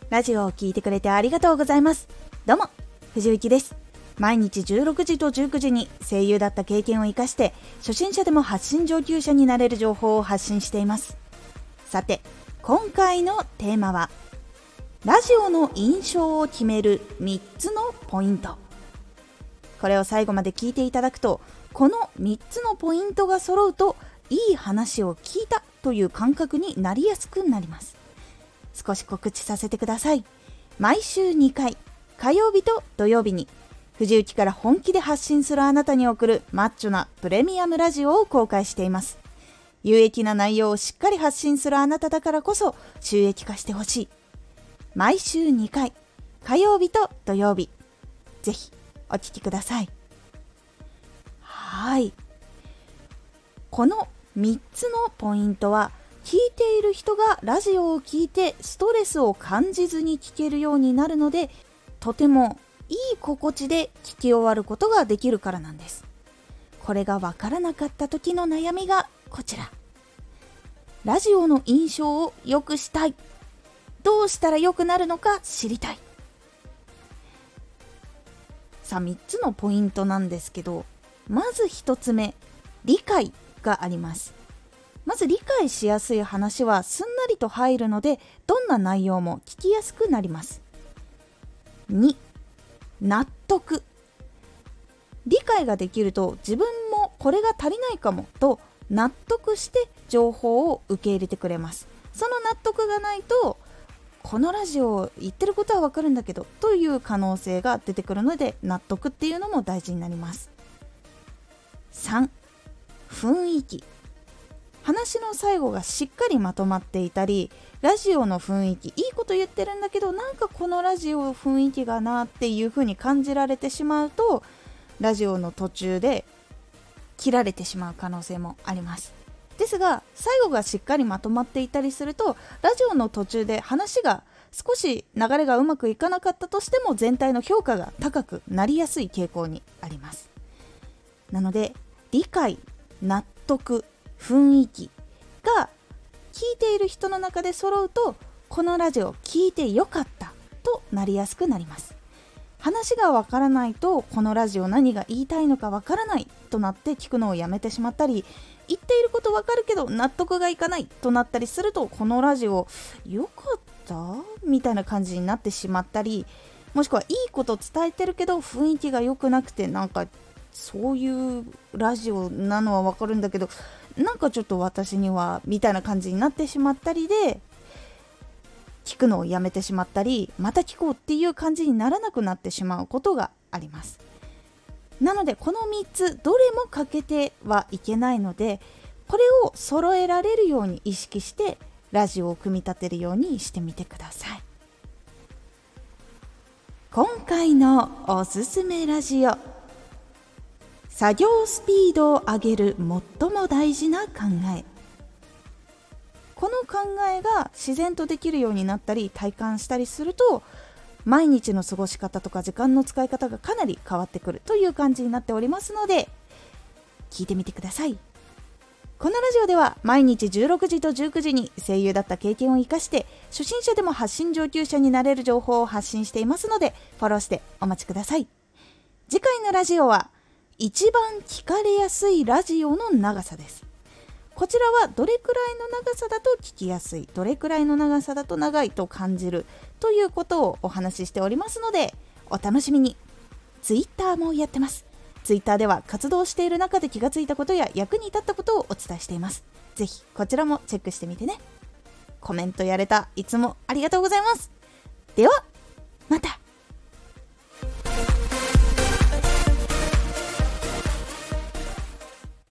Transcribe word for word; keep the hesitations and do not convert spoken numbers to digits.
ラジオを聞いてくれてありがとうございます。どうも藤幸です。毎日じゅうろくじとじゅうくじに声優だった経験を生かして初心者でも発信上級者になれる情報を発信しています。さて今回のテーマはラジオの印象を決めるみっつのポイント。これを最後まで聞いていただくと、このみっつのポイントが揃うといい話を聞いたという感覚になりやすくなります。少し告知させてください。毎週にかい、火曜日と土曜日に藤幸から本気で発信するあなたに送るマッチョなプレミアムラジオを公開しています。有益な内容をしっかり発信するあなただからこそ収益化してほしい。毎週にかい、火曜日と土曜日、ぜひお聞きください。はい。このみっつのポイントは、聞いている人がラジオを聞いてストレスを感じずに聞けるようになるので、とてもいい心地で聞き終わることができるからなんです。これがわからなかった時の悩みがこちら。ラジオの印象を良くしたい。どうしたら良くなるのか知りたい。さあみっつのポイントなんですけど、まずひとつめ、理解があります。まず理解しやすい話はすんなりと入るので、どんな内容も聞きやすくなります。に、納得。理解ができると自分もこれが足りないかもと納得して情報を受け入れてくれます。その納得がないと、このラジオ言ってることはわかるんだけどという可能性が出てくるので、納得っていうのも大事になります。さん、雰囲気。話の最後がしっかりまとまっていたり、ラジオの雰囲気、いいこと言ってるんだけどなんかこのラジオ雰囲気がなっていう風に感じられてしまうと、ラジオの途中で切られてしまう可能性もあります。ですが最後がしっかりまとまっていたりすると、ラジオの途中で話が少し流れがうまくいかなかったとしても全体の評価が高くなりやすい傾向にあります。なので理解、納得、雰囲気が聞いている人の中で揃うと、このラジオ聞いてよかったとなりやすくなります。話がわからないと、このラジオ何が言いたいのかわからないとなって聞くのをやめてしまったり、言っていることわかるけど納得がいかないとなったりすると、このラジオよかったみたいな感じになってしまったり、もしくはいいこと伝えてるけど雰囲気が良くなくて、なんかそういうラジオなのはわかるんだけどなんかちょっと私にはみたいな感じになってしまったりで、聞くのをやめてしまったり、また聞こうっていう感じにならなくなってしまうことがあります。なのでこのみっつどれも欠けてはいけないので、これを揃えられるように意識してラジオを組み立てるようにしてみてください。今回のおすすめラジオ、作業スピードを上げる最も大事な考え。この考えが自然とできるようになったり体感したりすると、毎日の過ごし方とか時間の使い方がかなり変わってくるという感じになっておりますので、聞いてみてください。このラジオでは毎日じゅうろくじとじゅうくじに声優だった経験を生かして初心者でも発信上級者になれる情報を発信していますので、フォローしてお待ちください。次回のラジオは一番聞かれやすいラジオの長さです。こちらはどれくらいの長さだと聞きやすい、どれくらいの長さだと長いと感じるということをお話ししておりますので、お楽しみに。ツイッターもやってます。ツイッターでは活動している中で気がついたことや役に立ったことをお伝えしています。ぜひこちらもチェックしてみてね。コメントやれた、いつもありがとうございます。では